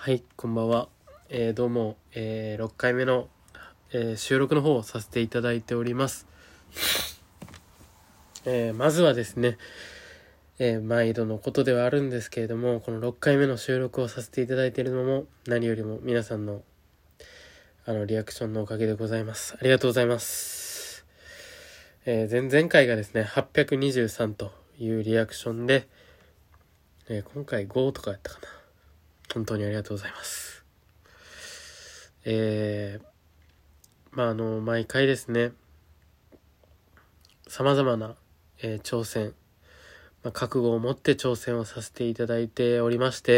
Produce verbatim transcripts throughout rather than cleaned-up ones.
はい、こんばんは。えー、どうも、えー、ろっかいめの、えー、収録の方をさせていただいております。えー、まずはですね、えー、毎度のことではあるんですけれども、このろっかいめの収録をさせていただいているのも何よりも皆さんのあのリアクションのおかげでございます。ありがとうございます。えー、前々回がですね、はっぴゃくにじゅうさんというリアクションで、えー、今回ごとかやったかな。本当にありがとうございます。えー、まああの毎回ですね、さまざまな、えー、挑戦、まあ、覚悟を持って挑戦をさせていただいておりまして、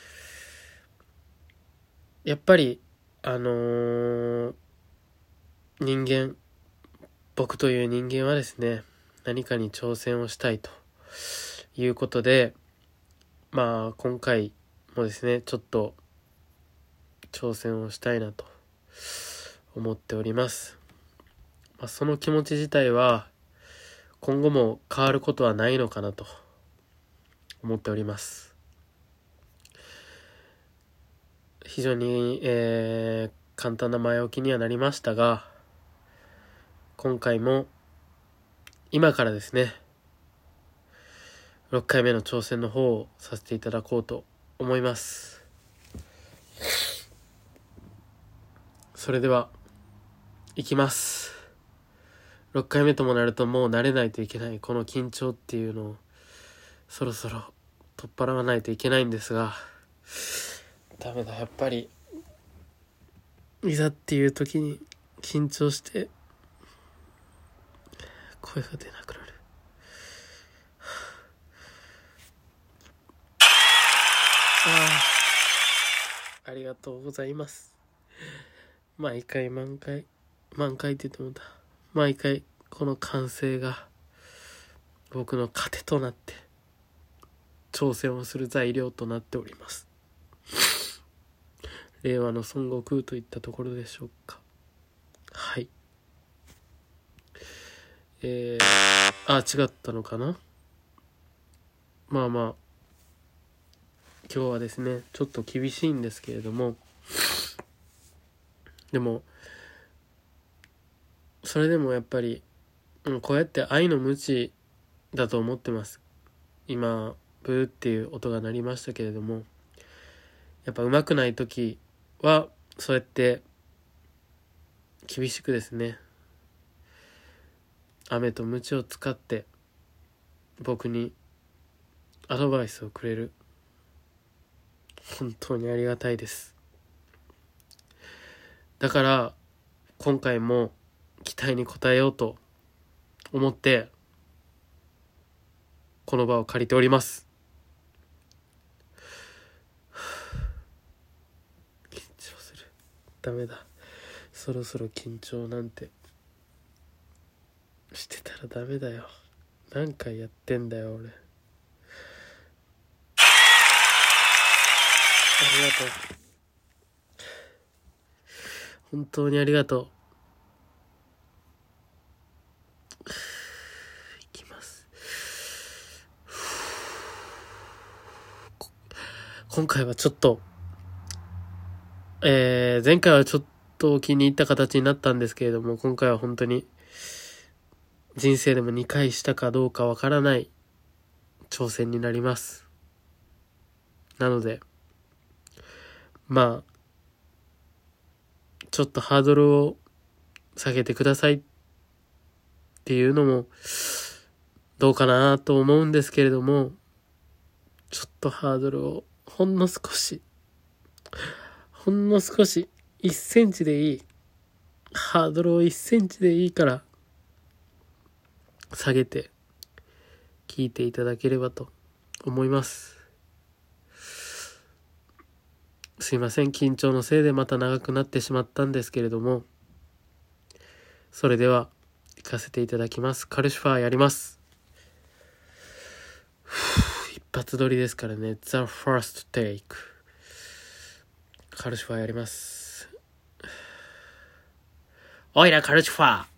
やっぱりあのー、人間僕という人間はですね、何かに挑戦をしたいということで、まあ今回もですね、ちょっと挑戦をしたいなと思っております。まあ、その気持ち自体は今後も変わることはないのかなと思っております。非常に、えー、簡単な前置きにはなりましたが、今回も今からですね、ろっかいめの挑戦の方をさせていただこうと思います。それではいきます。ろっかいめともなるともう慣れないといけないこの緊張っていうのをそろそろ取っ払わないといけないんですが、ダメだ、やっぱりいざっていう時に緊張して声が出なくなる。ああ、ありがとうございます。毎回満開満開って言ってもた毎回この歓声が僕の糧となって挑戦をする材料となっております。令和の孫悟空といったところでしょうか。はい。えー、あ、違ったのかな。まあまあ今日はですね、ちょっと厳しいんですけれども、でもそれでもやっぱり、うん、こうやって愛の無知だと思ってます。今ブーっていう音が鳴りましたけれども、やっぱ上手くない時はそうやって厳しくですね、雨と鞭を使って僕にアドバイスをくれる。本当にありがたいです。だから今回も期待に応えようと思ってこの場を借りております。緊張する。ダメだ、そろそろ緊張なんてしてたらダメだよ。何回やってんだよ俺。ありがとう、本当にありがとう。いきます。今回はちょっとえー、前回はちょっと気に入った形になったんですけれども、今回は本当に人生でもにかいしたかどうかわからない挑戦になります。なのでまあちょっとハードルを下げてくださいっていうのもどうかなと思うんですけれども、ちょっとハードルをほんの少しほんの少しいっセンチでいい、ハードルをいっセンチでいいから下げて聞いていただければと思います。すいません、緊張のせいでまた長くなってしまったんですけれども、それでは行かせていただきます。カルシファーやります。一発撮りですからね。 The first take カルシファーやります。おいらカルシファー。